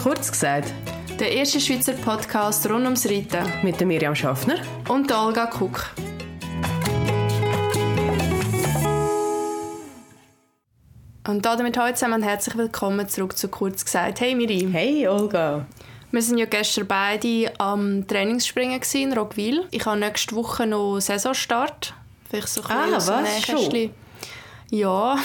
«Kurz gesagt». Der erste Schweizer Podcast rund ums Reiten. Mit der Miriam Schaffner. Und der Olga Kuck. Und damit heute zusammen herzlich willkommen zurück zu «Kurz gesagt». Hey Miri. Hey Olga. Wir waren ja gestern beide am Trainingsspringen in Roggwil. Ich habe nächste Woche noch Saisonstart. Vielleicht so ein bisschen was? Schon? Ja,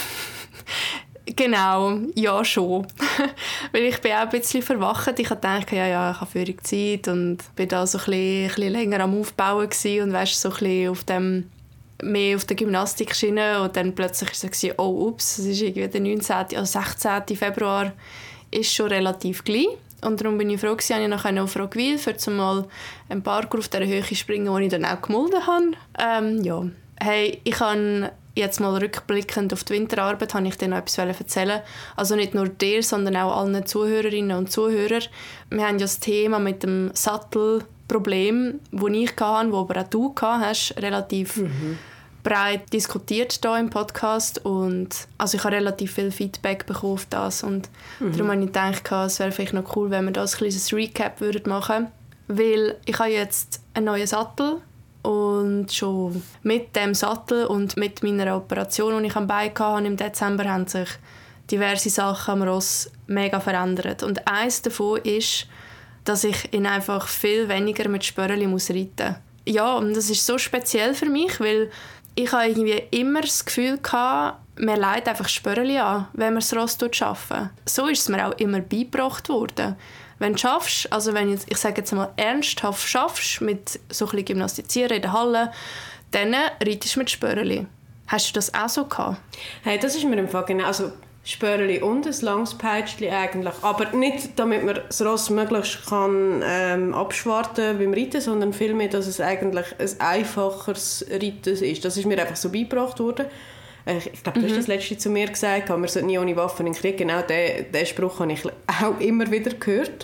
genau. Ja, schon. Weil ich bin auch ein bisschen verwacht. Ich dachte, ja, ich habe völlig Zeit und bin da so ein bisschen länger am Aufbauen gewesen und weißt, so ein bisschen mehr auf der Gymnastikschiene und dann plötzlich war es so, oh ups, es ist irgendwie der 16. Februar, ist schon relativ gleich. Und darum bin ich froh, dass ich noch auf Roggwil für mal ein Parkour auf dieser Höhe springen, die ich dann auch gemolden habe. Ja. Hey, ich kann jetzt mal rückblickend auf die Winterarbeit ich dir noch etwas erzählen. Also nicht nur dir, sondern auch allen Zuhörerinnen und Zuhörern. Wir haben ja das Thema mit dem Sattelproblem, das ich hatte, das aber auch du hast, relativ breit diskutiert hier im Podcast. Und also ich habe relativ viel Feedback bekommen auf das. Und darum habe ich gedacht, es wäre vielleicht noch cool, wenn wir da ein kleines Recap machen würden. Weil ich habe jetzt einen neuen Sattel. Und schon mit dem Sattel und mit meiner Operation, die ich am Bein hatte im Dezember, haben sich diverse Sachen am Ross mega verändert. Und eines davon ist, dass ich ihn einfach viel weniger mit Spörli reiten muss. Ja, und das ist so speziell für mich, weil ich habe irgendwie immer das Gefühl gehabt, man leidet einfach Spörli an, wenn man das Ross arbeitet. So ist es mir auch immer beigebracht worden. Wenn du schaffst, also wenn ich sage jetzt mal ernsthaft schaffst, mit so ein bisschen Gymnastizieren in der Halle, dann reitest du mit Spörli. Hast du das auch so gehabt? Hey, das ist mir im Fall genau, also Spörli und ein langes Peitschli eigentlich, aber nicht, damit man das Ross möglichst kann abschwarten beim Reiten, sondern vielmehr, dass es eigentlich ein einfacheres Reiten ist. Das ist mir einfach so beigebracht worden. Ich glaube, du hast das letzte zu mir gesagt, man sollte nie ohne Waffen in den Krieg. Genau diesen Spruch habe ich auch immer wieder gehört.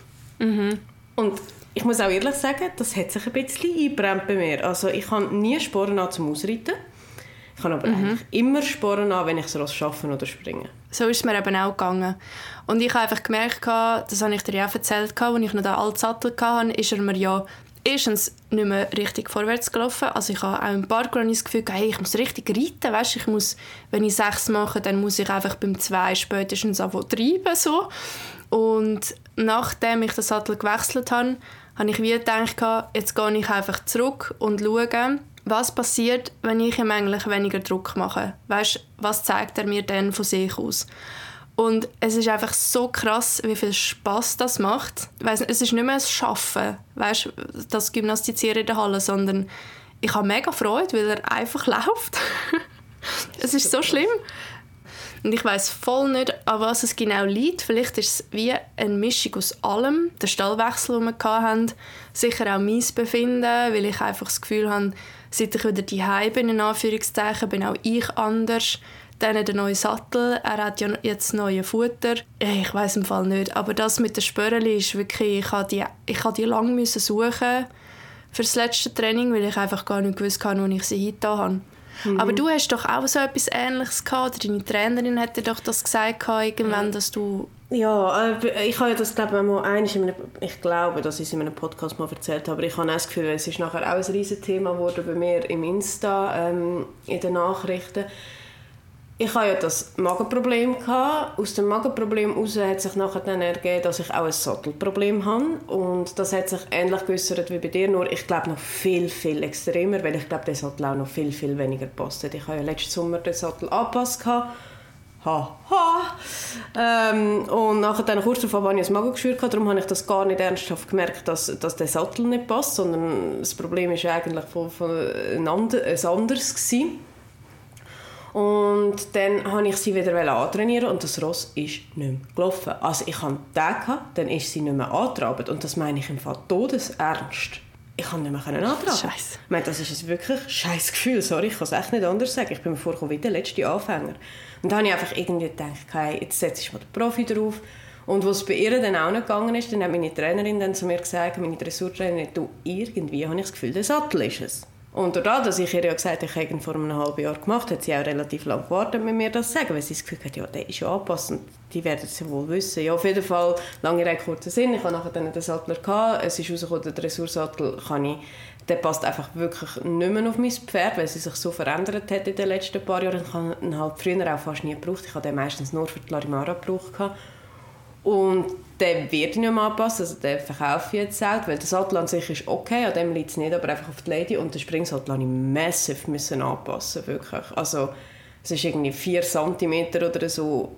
Und ich muss auch ehrlich sagen, das hat sich ein bisschen eingebrannt bei mir. Also ich habe nie Sporen an zum Ausreiten. Ich habe aber eigentlich immer Sporen an, wenn ich es Ross schaffe oder springe. So ist es mir eben auch gegangen. Und ich habe einfach gemerkt, das habe ich dir ja erzählt, als ich noch den alten Sattel hatte, ist er mir ja erstens nicht mehr richtig vorwärts gelaufen. Also ich habe auch im Parkour das Gefühl, hey, ich muss richtig reiten. Weißt, ich muss, wenn ich 6 mache, dann muss ich einfach beim 2 spätestens treiben. So. Und nachdem ich den Sattel gewechselt habe, habe ich wie gedacht, jetzt gehe ich einfach zurück und schaue, was passiert, wenn ich ihm eigentlich weniger Druck mache. Weißt, was zeigt er mir dann von sich aus? Und es ist einfach so krass, wie viel Spass das macht. Es ist nicht mehr das Schaffen, weißt, das Gymnastizieren in der Halle, sondern ich habe mega Freude, weil er einfach läuft. Es ist so schlimm. Und ich weiss voll nicht, an was es genau liegt. Vielleicht ist es wie eine Mischung aus allem. Der Stallwechsel, den wir hatten, sicher auch mein Befinden, weil ich einfach das Gefühl habe, seit ich wieder daheim bin, in Anführungszeichen, bin auch ich anders. Dann der neue Sattel, er hat ja jetzt neue Futter. Ich weiss im Fall nicht, aber das mit den Spörli ist wirklich, ich habe die lange suchen für das letzte Training, weil ich einfach gar nicht gewusst habe, wo ich sie hingetan habe. Aber du hast doch auch so etwas Ähnliches gehabt, oder deine Trainerin hat dir doch das gesagt irgendwann, dass du... Ja, ich habe ja das ich glaube, dass ich es in einem Podcast mal erzählt habe, aber ich habe auch das Gefühl, es ist nachher auch ein riesen Thema geworden bei mir im Insta, in den Nachrichten. Ich hatte ja das Magenproblem gehabt. Aus dem Magenproblem heraus hat sich nachher dann ergeben, dass ich auch ein Sattelproblem habe. Und das hat sich ähnlich geäussert wie bei dir, nur ich glaube noch viel, viel extremer, weil ich glaube, der Sattel auch noch viel, viel weniger passt. Ich habe ja letzten Sommer den Sattel angepasst. Und nachher dann kurz darauf hatte ich ein Magengeschwür, darum habe ich das gar nicht ernsthaft gemerkt, dass der Sattel nicht passt, sondern das Problem war eigentlich von ein anderes gewesen. Und dann habe ich sie wieder antrainieren und das Ross ist nicht mehr gelaufen. Also ich hatte den gehabt, dann ist sie nicht mehr angetrabt. Und das meine ich im Fall todesernst. Ich konnte nicht mehr antraben. Scheiße. Ich meine, das ist ein wirklich scheiß Gefühl. Sorry, ich kann es echt nicht anders sagen. Ich bin mir vorgekommen wie der letzte Anfänger. Und dann habe ich einfach irgendwie gedacht, okay, jetzt setze ich mal den Profi drauf. Und was bei ihr dann auch nicht gegangen ist, dann hat meine Trainerin dann zu mir gesagt, meine Dressurtrainerin, du, irgendwie habe ich das Gefühl, der Sattel ist es. Und dadurch, dass ich ihr ja gesagt habe, ich habe ihn vor einem halben Jahr gemacht, hat sie auch relativ lange gewartet, mit mir das zu sagen, weil sie das Gefühl hat, ja, der ist ja angepasst und die werden es ja wohl wissen. Ja, auf jeden Fall, lange Rede, kurzer Sinn, ich hatte nachher dann den Sattler gehabt, es ist herausgekommen, der Dressursattel der passt einfach wirklich nicht mehr auf mein Pferd, weil sie sich so verändert hat in den letzten paar Jahren. Ich habe ihn halt früher auch fast nie gebraucht, ich habe den meistens nur für die Larimara gebraucht. Und den werde ich nicht mehr anpassen, also den verkaufe ich jetzt auch, weil der Sattel an sich ist okay, an dem liegt es nicht, aber einfach auf die Lady. Und den Springsattel musste ich massiv anpassen, wirklich. Also es ist irgendwie 4 cm oder so,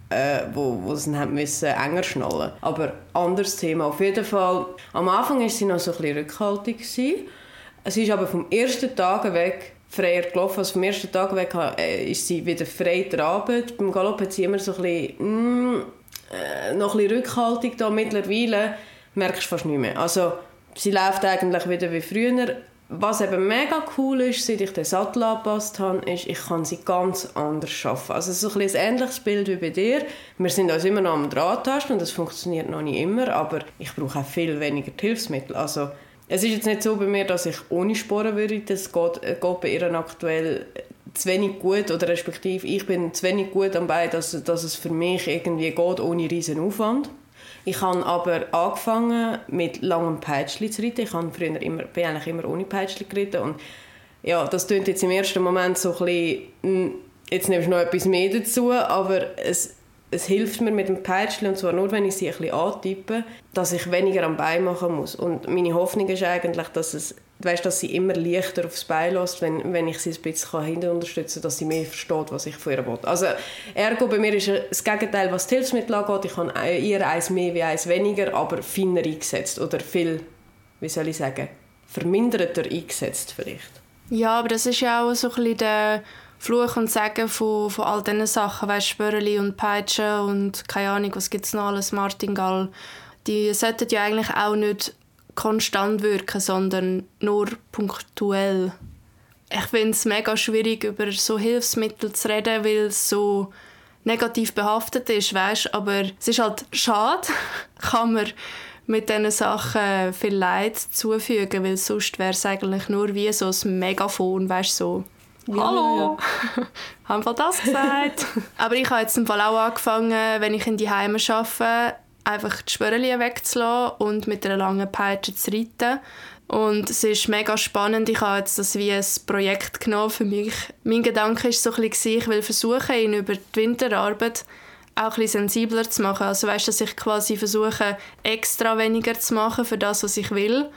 wo sie haben müssen enger schnallen. Aber anderes Thema. Auf jeden Fall, am Anfang war sie noch so ein bisschen rückhaltig gewesen. Es ist aber vom ersten Tag weg freier gelaufen. Also vom ersten Tag weg ist sie wieder frei trabend. Beim Galopp hat sie immer so ein bisschen noch ein bisschen rückhaltig da. Mittlerweile merkst du fast nicht mehr. Also sie läuft eigentlich wieder wie früher. Was eben mega cool ist, seit ich den Sattel angepasst habe, ist, ich kann sie ganz anders schaffen. Also so ein ähnliches Bild wie bei dir. Wir sind uns immer noch am Draht-tasten und das funktioniert noch nicht immer, aber ich brauche auch viel weniger Hilfsmittel. Also es ist jetzt nicht so bei mir, dass ich ohne Sporen würde. Das geht bei ihr aktuell zu wenig gut, oder respektive ich bin zu wenig gut dabei, dass es für mich irgendwie geht, ohne riesen Aufwand. Ich habe aber angefangen mit langem Peitschli zu reiten. Ich habe bin eigentlich immer ohne Peitschli geritten und ja, das klingt jetzt im ersten Moment so ein bisschen, jetzt nimmst du noch etwas mehr dazu, aber es hilft mir mit dem Peitschli, und zwar nur, wenn ich sie ein bisschen antippe, dass ich weniger am Bein machen muss. Und meine Hoffnung ist eigentlich, dass sie immer leichter aufs Bein lässt, wenn ich sie ein bisschen hinten unterstützen kann, dass sie mehr versteht, was ich von ihr will. Also ergo, bei mir ist das Gegenteil, was die Hilfsmittel angeht. Ich habe eher eins mehr wie eins weniger, aber feiner eingesetzt oder viel, wie soll ich sagen, verminderter eingesetzt vielleicht. Ja, aber das ist ja auch so ein bisschen der Fluch und Segen von all diesen Sachen, weißt, Spörli und Peitsche und keine Ahnung, was gibt es noch alles, Martingall. Die sollten ja eigentlich auch nicht konstant wirken, sondern nur punktuell. Ich finde es mega schwierig, über so Hilfsmittel zu reden, weil es so negativ behaftet ist, weißt? Aber es ist halt schade, kann man mit diesen Sachen viel Leid zufügen, weil sonst wäre es eigentlich nur wie so ein Megafon, weißt, so «Hallo!» haben wir das gesagt? Aber ich habe jetzt im Fall auch angefangen, wenn ich in die Heime arbeite, einfach die Spörli wegzulassen und mit einer langen Peitsche zu reiten. Und es ist mega spannend. Ich habe jetzt das wie ein Projekt genommen für mich. Mein Gedanke war so ein bisschen, ich will versuchen, ihn über die Winterarbeit auch ein bisschen sensibler zu machen. Also weißt, dass ich quasi versuche, extra weniger zu machen für das, was ich will.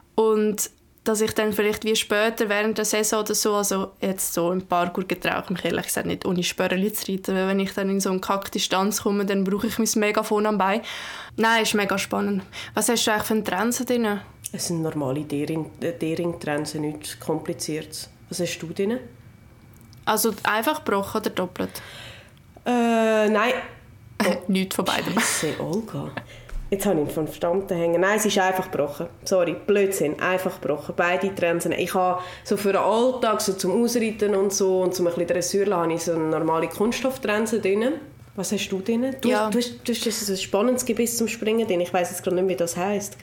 Und dass ich dann vielleicht wie später während der Saison oder so, also jetzt so im Parkour getraue ich mich ehrlich gesagt nicht ohne Spörli zu reiten, weil wenn ich dann in so eine Kackdistanz komme, dann brauche ich mein Megafon am Bein. Nein, ist mega spannend. Was hast du eigentlich für eine Trense drin? Es sind normale Dering-Trensen, nichts Kompliziertes. Was hast du drin? Also einfach gebrochen oder doppelt? Nein. Nichts von beidem. Scheisse, Olga. Jetzt habe ich ihn von Verstand hängen. Nein, es ist einfach gebrochen. Sorry, Blödsinn, einfach gebrochen. Beide Trensen. Ich habe so für den Alltag, so zum Ausreiten und so und zum ein bisschen Dressuren, habe ich so eine normale Kunststofftrense drin. Was hast du drin? Du hast ein spannendes Gebiss zum Springen drin. Ich weiss jetzt gerade nicht, wie das heisst.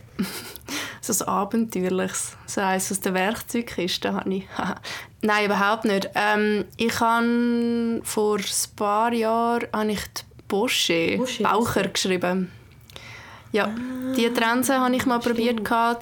So ein abenteuerliches. So eins aus der Werkzeugkiste habe ich. Nein, überhaupt nicht. Ich habe vor ein paar Jahren die Boucher Baucher geschrieben. Ja, diese Trense habe ich mal probiert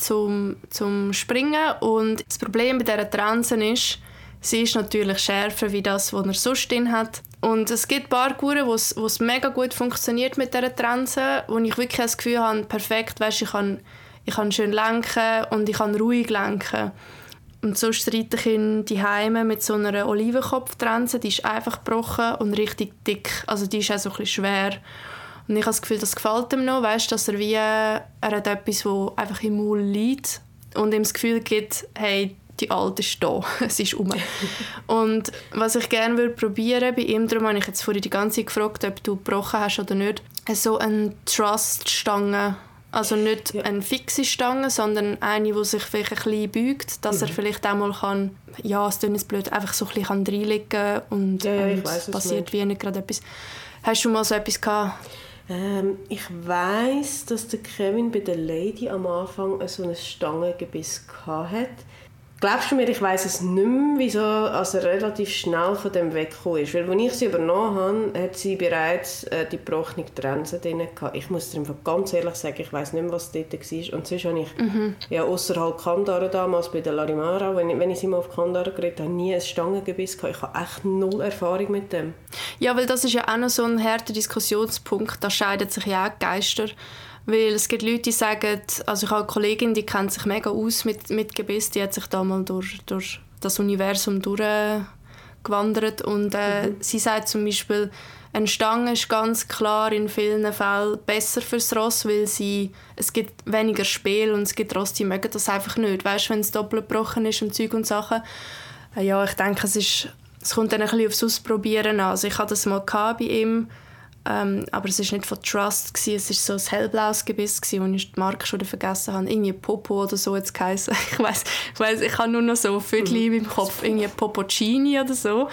zum Springen. Und das Problem bei dieser Trense ist, sie ist natürlich schärfer wie das, was er sonst drin hat. Und es gibt Parkouren, wo es mega gut funktioniert mit dieser Trense, wo ich wirklich das Gefühl habe, perfekt, weißt, ich kann schön lenken und ich kann ruhig lenken. Und sonst reite ich in die Heime mit so einer Olivenkopftrense, die ist einfach gebrochen und richtig dick, also die ist auch so ein bisschen schwer. Und ich habe das Gefühl, das gefällt ihm noch, weißt, dass er hat etwas, das einfach im Maul liegt und ihm das Gefühl gibt, hey, die Alte ist da, es ist um. Und was ich gerne probieren bei ihm, darum habe ich jetzt vorhin die ganze Zeit gefragt, ob du gebrochen hast oder nicht, so eine Trust-Stange. Also nicht eine fixe Stange, sondern eine, die sich vielleicht ein bisschen beugt, dass er vielleicht auch mal kann, ja, es klingt blöd, einfach so ein bisschen reinlegen kann und weiss, passiert wie nicht gerade etwas. Hast du mal so etwas gehabt? Ich weiss, dass der Kevin bei der Lady am Anfang so ein Stangengebiss hatte. Glaubst du mir, ich weiss es nicht mehr, wieso er relativ schnell von dem weggekommen ist. Weil als ich sie übernommen habe, hat sie bereits die gebrochene Trense drin gehabt. Ich muss dir einfach ganz ehrlich sagen, ich weiss nicht mehr, was dort war. Und sonst habe ich ja, ausserhalb Kandara damals bei der Larimara, wenn ich sie mal auf Kandara geredet habe, nie ein Stangengebiss gehabt. Ich habe echt null Erfahrung mit dem. Ja, weil das ist ja auch noch so ein harter Diskussionspunkt. Da scheiden sich ja auch die Geister. Weil es gibt Leute, die sagen, also ich habe eine Kollegin, die kennt sich mega aus mit Gebiss, die hat sich da mal durch das Universum durchgewandert und sie sagt zum Beispiel, eine Stange ist ganz klar in vielen Fällen besser fürs Ross, weil es gibt weniger Spiel und es gibt Ross, die mögen das einfach nicht. Weißt du, wenn es doppelt gebrochen ist und Zeug und Sachen. Ja, ich denke, es kommt dann ein bisschen aufs Ausprobieren an. Also ich hatte das mal bei ihm. Aber es war nicht von Trust, es war so ein hellblaues Gebiss, wo ich die Marke schon vergessen habe. Irgendwie Popo oder so jetzt geheißen. Ich weiss, ich habe nur noch so Viertel in meinem Kopf, irgendwie Popocini oder so.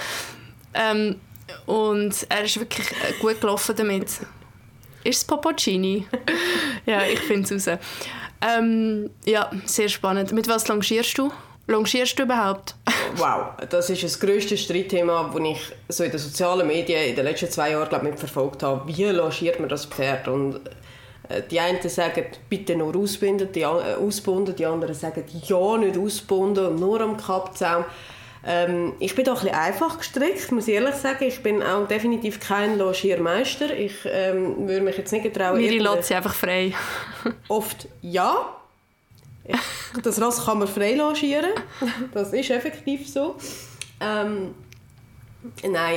Und er ist wirklich gut gelaufen damit. Ist es Popocini? Ja, ich finde es raus. Ja, sehr spannend. Mit was longierst du? Longierst du überhaupt? Wow, das ist das grösste Streitthema, das ich so in den sozialen Medien in den letzten 2 Jahren mitverfolgt habe. Wie longiert man das Pferd? Und die einen sagen, bitte nur ausbunden, die anderen sagen, ja, nicht ausbunden und nur am Kappzaum. Ich bin da ein bisschen einfach gestrickt, muss ich ehrlich sagen. Ich bin auch definitiv kein Longiermeister. Ich würde mich jetzt nicht getrauen. Miri lässt sie einfach frei. Oft ja. Das Ross kann man frei longieren. Das ist effektiv so. Nein,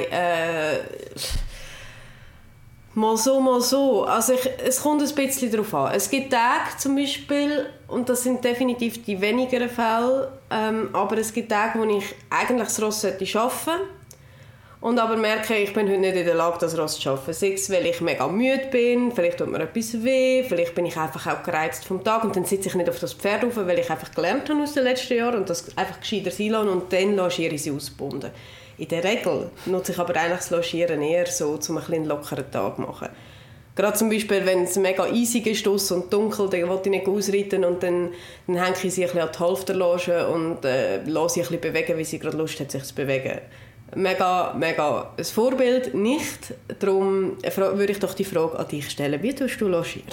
mal so. Also es kommt ein bisschen darauf an. Es gibt Tage zum Beispiel, und das sind definitiv die wenigeren Fälle, aber es gibt Tage, wo ich eigentlich das Ross arbeiten sollte. Und aber merke, ich bin heute nicht in der Lage, das Ross zu arbeiten. Sei es, weil ich mega müde bin, vielleicht tut mir etwas weh, vielleicht bin ich einfach auch gereizt vom Tag und dann sitze ich nicht auf das Pferd rauf, weil ich einfach gelernt habe aus den letzten Jahren und das einfach gescheiter sein lassen und dann longiere ich sie ausgebunden. In der Regel nutze ich aber eigentlich das Longieren eher so, um einen lockeren Tag zu machen. Gerade zum Beispiel, wenn es mega eisig ist und dunkel, dann will ich nicht ausreiten und dann hänge ich sie ein bisschen an die Halfterloge und lasse sie ein bisschen bewegen, wie sie gerade Lust hat, sich zu bewegen. Mega ein Vorbild, nicht. Darum würde ich doch die Frage an dich stellen. Wie tust du longieren?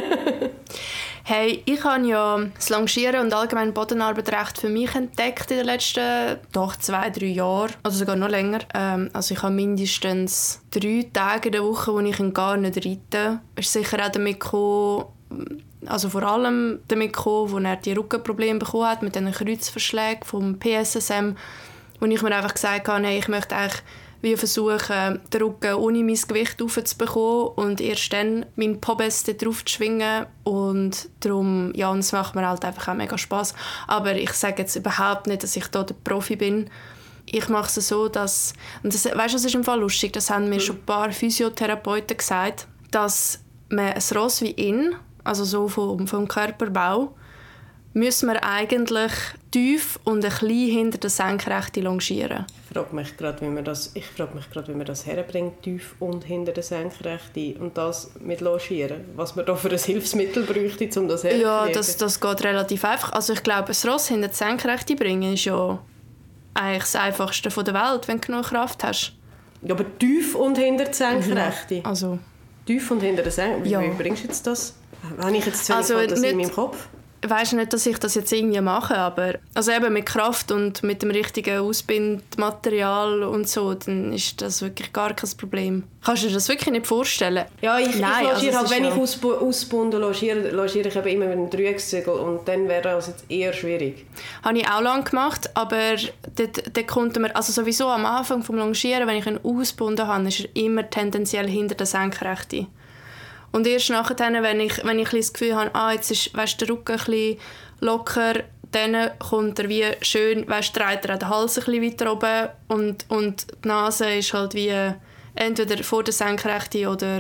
Hey, ich habe ja das Longieren und allgemein Bodenarbeit recht für mich entdeckt in den letzten 2-3 Jahren, also sogar noch länger. Also ich habe mindestens 3 Tage in der Woche, wo ich gar nicht reite. Ist sicher auch damit gekommen, also vor allem damit gekommen, wo er die Rückenprobleme bekommen hat mit diesen Kreuzverschlägen vom PSSM, wo ich mir einfach gesagt habe, hey, ich möchte eigentlich wie versuchen, den Rücken ohne mein Gewicht aufzubekommen und erst dann meinen Pobes drauf zu schwingen. Und darum, ja, und es macht mir halt einfach auch mega Spass. Aber ich sage jetzt überhaupt nicht, dass ich da der Profi bin. Ich mache es so, dass, und das, weißt du, das ist im Fall lustig, das haben mir schon ein paar Physiotherapeuten gesagt, dass man ein Ross wie ihn, also so vom Körperbau, müssen wir eigentlich tief und ein bisschen hinter der Senkrechte longieren. Ich frage mich gerade, wie man das herbringt, tief und hinter der Senkrechte und das mit Longieren. Was man da für ein Hilfsmittel bräuchte, um das herzukriegen. Ja, das geht relativ einfach. Also ich glaube, ein Ross hinter die Senkrechte bringen ist ja eigentlich das Einfachste der Welt, wenn du genug Kraft hast. Ja, aber tief und hinter der Senkrechte? Ja, also tief und hinter der Senkrechte? Ja. Wie bringst du jetzt das? Habe ich jetzt zu wenig Fantasie in meinem Kopf? Ich weiss nicht, dass ich das jetzt irgendwie mache, aber also eben mit Kraft und mit dem richtigen Ausbindmaterial und so, dann ist das wirklich gar kein Problem. Kannst du dir das wirklich nicht vorstellen? Ja, ich longiere also halt, wenn ich ausbunden longiere ich eben immer mit einem Dreieckszügel und dann wäre das jetzt eher schwierig. Habe ich auch lange gemacht, aber dort konnte man, also sowieso am Anfang vom Longieren, wenn ich ihn ausgebunden habe, ist er immer tendenziell hinter der Senkrechte. Und erst nachher, wenn ich das Gefühl habe, jetzt ist der Rücken ein bisschen locker, dann kommt er wie schön, dreht er den Hals ein bisschen weiter oben und die Nase ist halt wie entweder vor der Senkrechte oder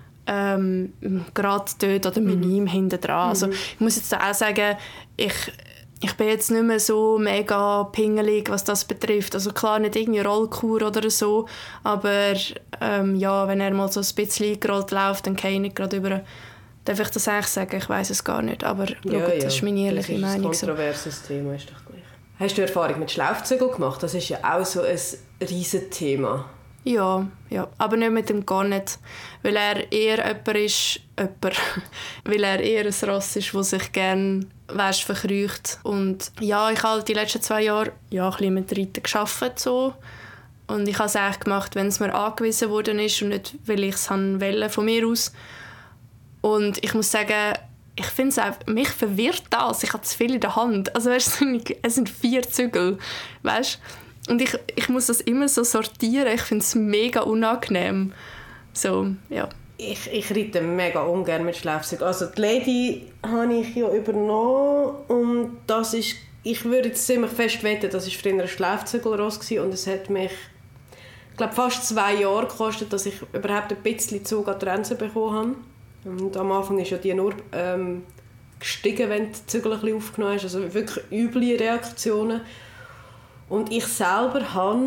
gerade dort oder mit ihm hinten dran. Also ich muss jetzt auch sagen, ich bin jetzt nicht mehr so mega pingelig, was das betrifft. Also klar, nicht irgendwie Rollkur oder so, aber ja, wenn er mal so ein bisschen eingerollt läuft, dann kann ich nicht gerade über... Darf ich das eigentlich sagen? Ich weiss es gar nicht, aber ja, das ist meine ehrliche Meinung. Das ist ein kontroverses Thema, ist doch gleich. Hast du Erfahrung mit Schlaufzügeln gemacht? Das ist ja auch so ein riesen Thema. Ja, aber nicht mit dem gar nicht. Weil er eher weil er eher ein Ross ist, das sich gerne verkreucht. Und ja, ich habe die letzten 2 Jahre ein bisschen mit Reiten gearbeitet. So. Und ich habe es eigentlich gemacht, wenn es mir angewiesen worden ist und nicht, weil ich es wollte von mir aus. Und ich muss sagen, ich finde es einfach, mich verwirrt das. Ich habe zu viel in der Hand. Also weißt du, es sind 4 Zügel, weißt? Und ich muss das immer so sortieren. Ich finde es mega unangenehm. So, ja. Ich reite mega ungern mit Schlafzügeln. Also die Lady habe ich ja übernommen und das ist, ich würde jetzt ziemlich fest wetten, das war früher ein Schlafzügelross und es hat mich, ich glaube, fast 2 Jahre gekostet, dass ich überhaupt ein bisschen Zug an die Grenze bekommen habe. Und am Anfang ist ja die nur gestiegen, wenn du die Zügel ein bisschen aufgenommen hast. Also wirklich üble Reaktionen. Und ich selber habe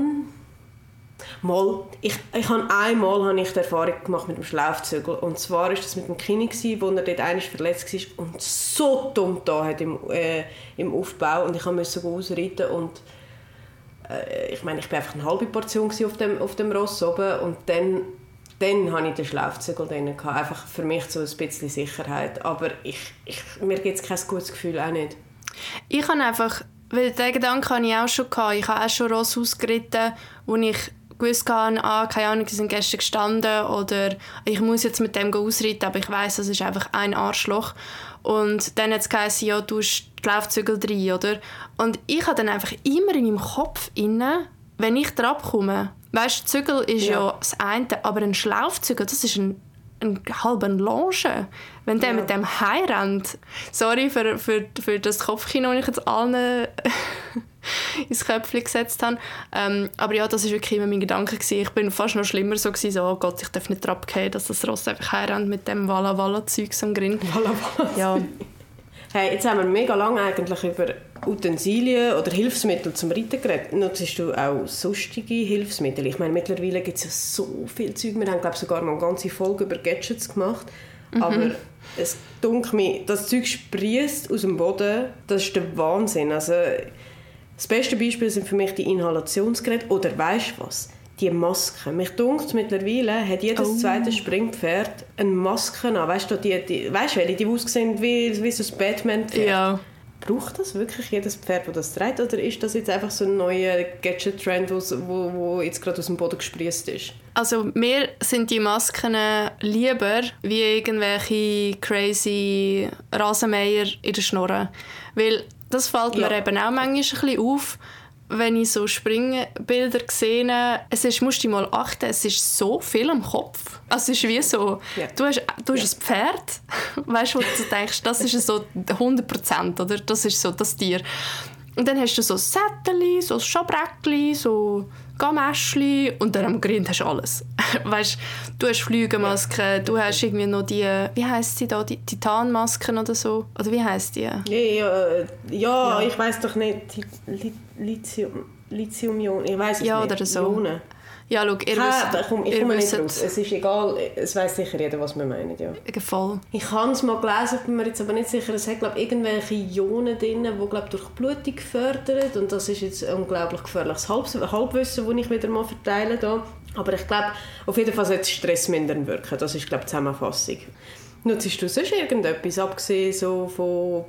einmal die Erfahrung gemacht mit dem Schlaufzügel. Und zwar war das mit dem Kini, wo er dort einmal verletzt war und so dumm da hat im Aufbau. Und ich musste ausreiten und ich meine, ich war einfach eine halbe Portion auf dem Ross oben. Und dann hatte ich den Schlaufzügel drin. Einfach für mich so ein bisschen Sicherheit. Aber mir gibt es kein gutes Gefühl, auch nicht. Ich habe einfach, weil den Gedanken hatte ich auch schon. Ich habe auch schon Ross ausgeritten, wo ich gewusst habe, keine Ahnung, die sind gestern gestanden oder ich muss jetzt mit dem ausreiten, aber ich weiss, das ist einfach ein Arschloch. Und dann hat es geheißen, ja, du hast die Laufzügel rein, oder? Und ich habe dann einfach immer in meinem Kopf inne, wenn ich drauf komme, weißt du, Zügel ist ja das eine, aber ein Schlaufzügel, das ist ein halber Longe. Wenn der mit dem heimrennt. Sorry für das Kopfkino, das ich jetzt allen ins Köpfchen gesetzt habe. Aber ja, das war wirklich immer mein Gedanke. Ich bin fast noch schlimmer so, oh Gott, ich darf nicht runterfallen, dass das Ross einfach heimrennt mit dem Walla-Walla-Zeug am Grind. Walla-Walla-Zeug. Ja. Hey, jetzt haben wir mega lange eigentlich über Utensilien oder Hilfsmittel zum Reiten geredet. Nutzt du auch sonstige Hilfsmittel? Ich meine, mittlerweile gibt es ja so viel Zeug. Wir haben, glaube ich, sogar mal eine ganze Folge über Gadgets gemacht. Aber es dunkelt mir, das Zeug sprießt aus dem Boden. Das ist der Wahnsinn. Also, das beste Beispiel sind für mich die Inhalationsgeräte. Oder weisst du was? Die Masken. Mich dunkt mittlerweile hat jedes zweite Springpferd eine Maske an. Weißt du, weißt welche, die aussehen wie so ein Batman-Pferd? Ja. Braucht das wirklich jedes Pferd, das das trägt? Oder ist das jetzt einfach so ein neuer Gadget-Trend, wo jetzt gerade aus dem Boden gesprießt ist? Also mir sind die Masken lieber wie irgendwelche crazy Rasenmäher in der Schnurre. Weil das fällt mir eben auch manchmal ein bisschen auf, wenn ich so Springbilder sehe. Musst du mal achten, es ist so viel am Kopf. Also es ist wie so, du hast ein Pferd, weißt du, wo du denkst, das ist so 100%, oder? Das ist so das Tier. Und dann hast du so Sätteli, so Schabräckli, so Gamäschli und dann am Grind hast du alles. Weißt, du hast Flügelmasken, du hast irgendwie noch die, wie heisst sie da, die Titanmasken oder so? Oder wie heisst die? Ja. Ich weiss doch nicht. Lithium-Ionen, ich weiss es nicht. Oder so. Ionen. Ja, schau, ich komme nicht raus. Es ist egal, es weiss sicher jeder, was wir meinen. Ja. Voll. Ich habe es mal gelesen, ich bin mir jetzt aber nicht sicher, es hat glaub, irgendwelche Ionen drin, die glaub, durch Blutung fördern. Und das ist jetzt ein unglaublich gefährliches Halbwissen, das ich wieder mal verteile. Da. Aber ich glaube, auf jeden Fall sollte Stress mindern wirken. Das ist glaube die Zusammenfassung. Nutzt du sonst irgendetwas, abgesehen so von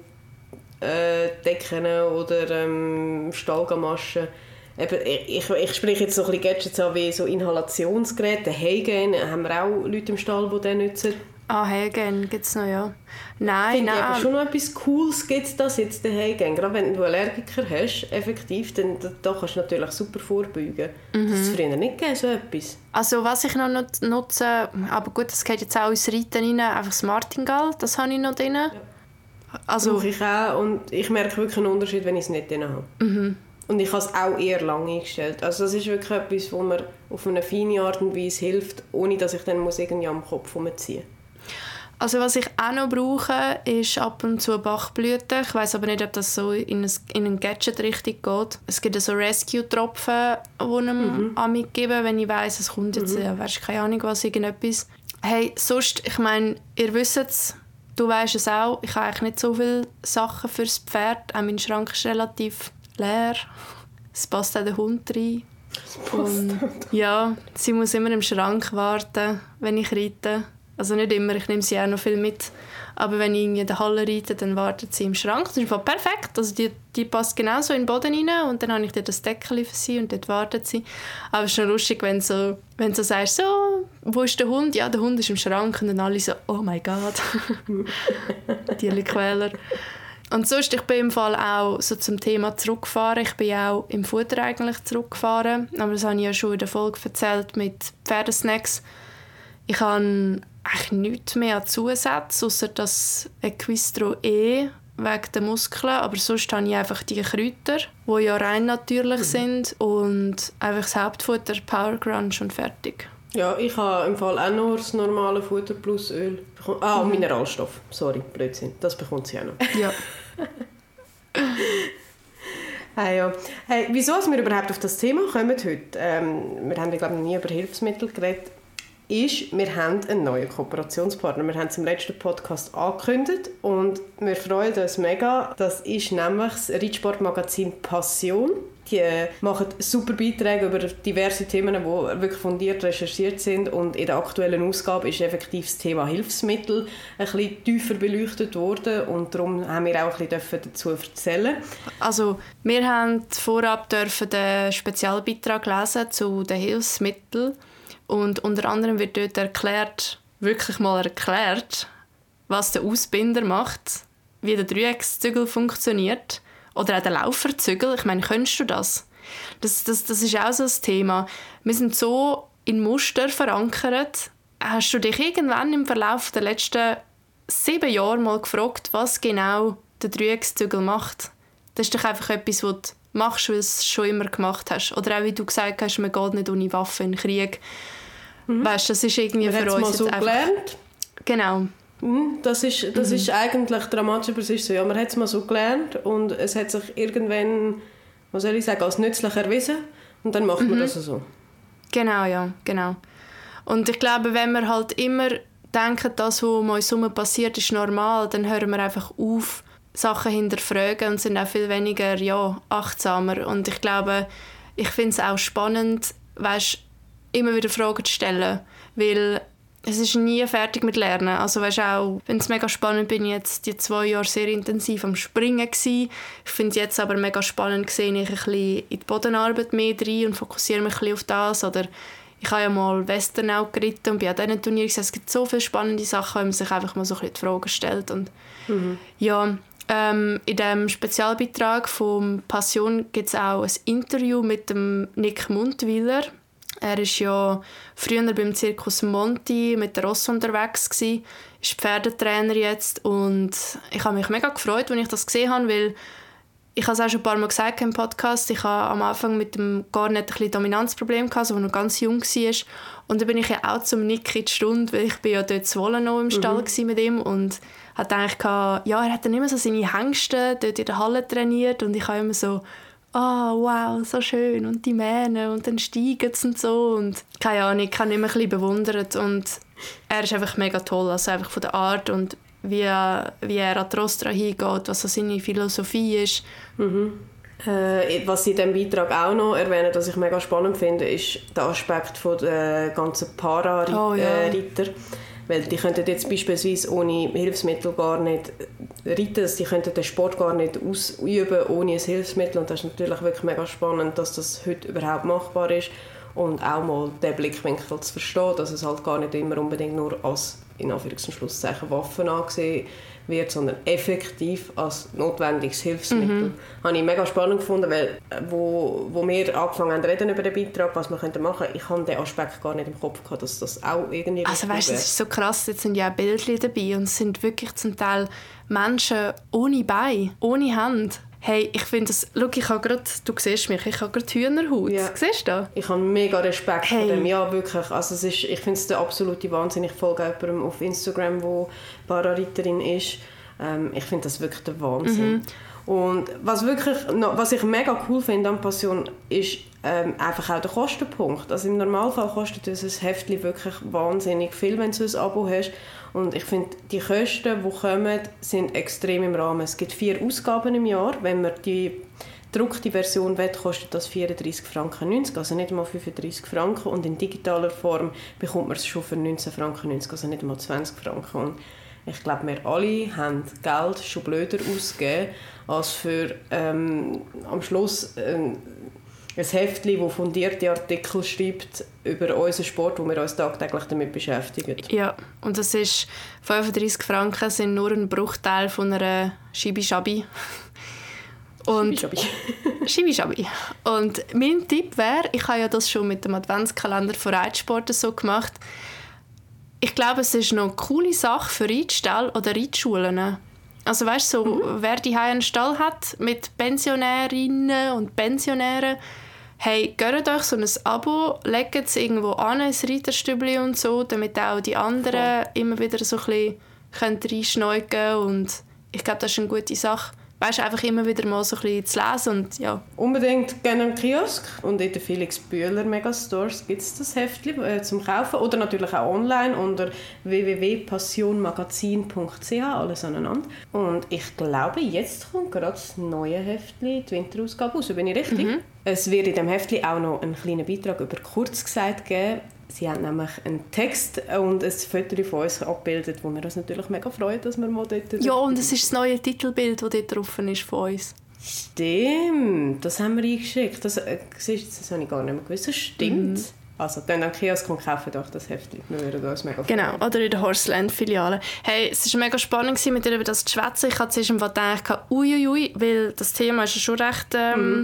Decken oder Stallgamaschen? Eben, ich spreche jetzt so ein bisschen Gadgets an wie so Inhalationsgeräte. Heygen haben wir auch Leute im Stall, die den nutzen. Heygen gibt es noch, ja. Nein. Aber schon noch etwas Cooles gibt es das jetzt, den Heygen. Gerade wenn du Allergiker hast, effektiv, dann da kannst du natürlich super vorbeugen. Das hat es früher nicht gegeben, so etwas. Also was ich noch nutze, aber gut, das geht jetzt auch ins Reiten rein, einfach das Martingale, das habe ich noch drin. Ja. Also, brauche ich auch und ich merke wirklich einen Unterschied, wenn ich es nicht drin habe. Und ich habe es auch eher lang eingestellt. Also das ist wirklich etwas, wo mir auf eine feine Art und Weise hilft, ohne dass ich dann irgendwie am Kopf rumziehen muss. Also was ich auch noch brauche, ist ab und zu Bachblüten. Ich weiss aber nicht, ob das so in ein Gadget richtig geht. Es gibt so Rescue-Tropfen, die einem mitgeben, wenn ich weiss, es kommt jetzt, keine Ahnung was, irgendetwas. Hey, sonst, ich meine, ihr wisst es, du weisst es auch, ich habe eigentlich nicht so viele Sachen fürs Pferd. Auch mein Schrank ist relativ leer. Es passt auch der Hund rein. Und ja, sie muss immer im Schrank warten, wenn ich reite. Also nicht immer, ich nehme sie auch noch viel mit. Aber wenn ich in der Halle reite, dann wartet sie im Schrank. Das ist perfekt. Also die passt genauso in den Boden rein. Und dann habe ich dort das Deckel für sie und dort wartet sie. Aber es ist schon lustig, wenn du sagst, so, wo ist der Hund? Ja, der Hund ist im Schrank. Und dann alle so, oh mein Gott. Die Quäler. Und sonst, ich bin im Fall auch so zum Thema zurückgefahren. Ich bin auch im Futter eigentlich zurückgefahren. Aber das habe ich ja schon in der Folge erzählt mit Pferdesnacks. Ich habe eigentlich nichts mehr an Zusätzen, außer das Equistro E wegen der Muskeln. Aber sonst habe ich einfach die Kräuter, die ja rein natürlich sind. Und einfach das Hauptfutter, Power Crunch und fertig. Ja, ich habe im Fall auch nur das normale Futter plus Öl. Mineralstoff. Sorry, Blödsinn. Das bekommt sie auch noch. Ja. Hey, ja. Hey, wieso wir überhaupt auf das Thema kommen heute? Wir haben, glaube ich, nie über Hilfsmittel geredet. Wir haben einen neuen Kooperationspartner. Wir haben es im letzten Podcast angekündigt und wir freuen uns mega. Das ist nämlich das Reitsportmagazin Passion. Die machen super Beiträge über diverse Themen, die wirklich fundiert recherchiert sind. Und in der aktuellen Ausgabe ist effektiv das Thema Hilfsmittel ein bisschen tiefer beleuchtet worden. Und darum haben wir auch ein bisschen dazu erzählen. Also, wir haben vorab den Spezialbeitrag lesen zu den Hilfsmitteln. Und unter anderem wird dort wirklich mal erklärt, was der Ausbinder macht, wie der Dreieckszügel funktioniert. Oder auch der Lauferzügel. Ich meine, kennst du das? Das ist auch so ein Thema. Wir sind so in Muster verankert. Hast du dich irgendwann im Verlauf der letzten 7 Jahre mal gefragt, was genau der Dreieckszügel macht? Das ist doch einfach etwas, was du machst, weil du es schon immer gemacht hast. Oder auch, wie du gesagt hast, man geht nicht ohne Waffe in den Krieg. Weißt, das ist irgendwie man für uns mal so jetzt einfach... gelernt. Genau. Das ist eigentlich dramatisch, aber es ist so. Ja, man hat es mal so gelernt und es hat sich irgendwann, was soll ich sagen, als nützlich erwiesen und dann macht man das so. Genau, ja, genau. Und ich glaube, wenn wir halt immer denken, das, was um uns herum passiert, ist normal, dann hören wir einfach auf, Sachen hinterfragen und sind auch viel weniger achtsamer. Und ich glaube, ich finde es auch spannend, weißt, immer wieder Fragen zu stellen, weil es ist nie fertig mit Lernen. Also weißt auch, ich finde es mega spannend, bin ich jetzt die 2 Jahre sehr intensiv am Springen gewesen. Ich finde es jetzt aber mega spannend, sehe ich ein bisschen in die Bodenarbeit mehr rein und fokussiere mich ein bisschen auf das. Oder ich habe ja mal Western auch geritten und bin an diesen Turnieren gesehen. Es gibt so viele spannende Sachen, wenn man sich einfach mal so ein bisschen die Fragen stellt. Und ja, in diesem Spezialbeitrag von Passion gibt es auch ein Interview mit dem Nick Mundwiler. Er war ja früher beim Zirkus Monti mit der Ross unterwegs gewesen, ist Pferdetrainer jetzt und ich habe mich mega gefreut, als ich das gesehen habe, weil ich habe es auch schon ein paar Mal gesagt im Podcast, ich habe am Anfang mit dem Garnet ein bisschen Dominanzproblem gehabt, als er noch ganz jung war und dann bin ich ja auch zum Nick in die Stunde, weil ich bin ja dort zu Wohlen noch im Stall mit ihm und hatte eigentlich gehabt, ja, er hat dann immer so seine Hengste dort in der Halle trainiert und ich habe immer so wow, so schön und die Mähne und dann steigen sie und so und keine Ahnung, ich habe ihn immer ein bisschen bewundert und er ist einfach mega toll, also einfach von der Art und wie er an die Rostra hingeht, was so seine Philosophie ist. Was ich in diesem Beitrag auch noch erwähne, was ich mega spannend finde, ist der Aspekt von der ganzen Para-Reiter. Weil die könnten jetzt beispielsweise ohne Hilfsmittel gar nicht reiten, die könnten den Sport gar nicht ausüben ohne ein Hilfsmittel. Und das ist natürlich wirklich mega spannend, dass das heute überhaupt machbar ist. Und auch mal den Blickwinkel zu verstehen, dass es halt gar nicht immer unbedingt nur als, in Anführungs- und Schlusszeichen, Waffen angesehen wird, sondern effektiv als notwendiges Hilfsmittel. Habe ich mega spannend gefunden, weil wo wir angefangen haben zu reden über den Beitrag, was wir machen könnten, ich hatte den Aspekt gar nicht im Kopf gehabt, dass das auch irgendwie also weißt, das ist so krass, jetzt sind ja auch Bildchen dabei und es sind wirklich zum Teil Menschen ohne Bein, ohne Hand. Hey, ich finde das... Schau, ich habe gerade... Du siehst mich, ich habe gerade Hühnerhaut. Ja. Siehst du? Ich habe mega Respekt vor dem. Ja, wirklich. Also es ist, ich finde es der absolute Wahnsinn. Ich folge jemandem auf Instagram, der Parareiterin ist. Ich finde das wirklich der Wahnsinn. Und was ich mega cool finde an Passion, ist einfach auch der Kostenpunkt. Also im Normalfall kostet uns ein Heftchen wirklich wahnsinnig viel, wenn du ein Abo hast. Und ich finde, die Kosten, die kommen, sind extrem im Rahmen. Es gibt 4 Ausgaben im Jahr. Wenn man den gedruckte Version will, kostet das 34,90 Franken, also nicht mal 35 Franken. Und in digitaler Form bekommt man es schon für 19,90 Franken, also nicht mal 20 Franken. Und ich glaube, wir alle haben Geld schon blöder ausgegeben, als für am Schluss ein Heftchen, das fundierte Artikel schreibt über unseren Sport, wo wir uns tagtäglich damit beschäftigen. Ja, und das ist 35 Franken sind nur ein Bruchteil von einer Schibi-Schabi. Schibi-Schabi. Und mein Tipp wäre, ich habe ja das schon mit dem Adventskalender von Reitsport so gemacht, ich glaube, es ist noch eine coole Sache für Reitställe oder Reitschulen. Also weißt du, so, wer die einen Stall hat mit Pensionärinnen und Pensionären, hey, gönnt euch so ein Abo, legt es irgendwo an, ein Reiterstübli und so, damit auch die anderen immer wieder so ein bisschen reinschneugen können. Und ich glaube, das ist eine gute Sache. Weißt du, einfach immer wieder mal so ein bisschen zu lesen und ja. Unbedingt gerne an den Kiosk und in den Felix Bühler Megastores gibt es das Heftchen zum Kaufen oder natürlich auch online unter www.passionmagazin.ch, alles aneinander. Und ich glaube, jetzt kommt gerade das neue Heftchen, die Winterausgabe raus, bin ich richtig? Es wird in dem Heftchen auch noch einen kleinen Beitrag über Kurzgesagt geben. Sie haben nämlich einen Text und ein Foto von uns abgebildet, wo wir uns natürlich mega freuen, dass wir mal dort... Ja, und es ist das neue Titelbild, das dort drauf ist von uns. Stimmt, das haben wir eingeschickt. Das habe ich gar nicht mehr gewusst. Das stimmt. Also, dann am Kiosk und kaufen doch das Heftchen. Wir würden uns mega freuen. Genau, oder in der Horseland-Filiale. Hey, es war mega spannend, mit dir über das zu schwätzen. Ich hatte zuerst gedacht, uiuiui, weil das Thema ist ja schon recht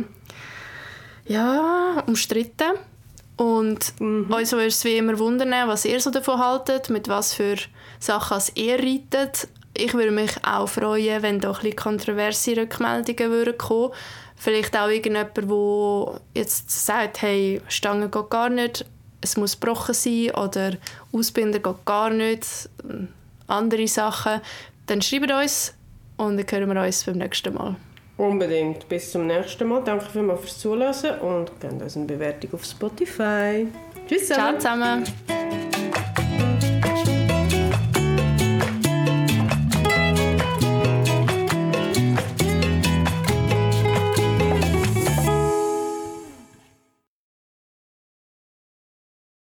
umstritten. Und uns würde es wie immer wundern, was ihr so davon haltet, mit was für Sachen ihr reitet. Ich würde mich auch freuen, wenn da ein bisschen kontroverse Rückmeldungen würden kommen. Vielleicht auch irgendjemand, der jetzt sagt, hey, Stange geht gar nicht, es muss gebrochen sein oder Ausbinder geht gar nicht, andere Sachen. Dann schreibt uns und dann hören wir uns beim nächsten Mal. Unbedingt. Bis zum nächsten Mal. Danke vielmals fürs Zuhören und gebt uns eine Bewertung auf Spotify. Tschüss zusammen. Ciao zusammen.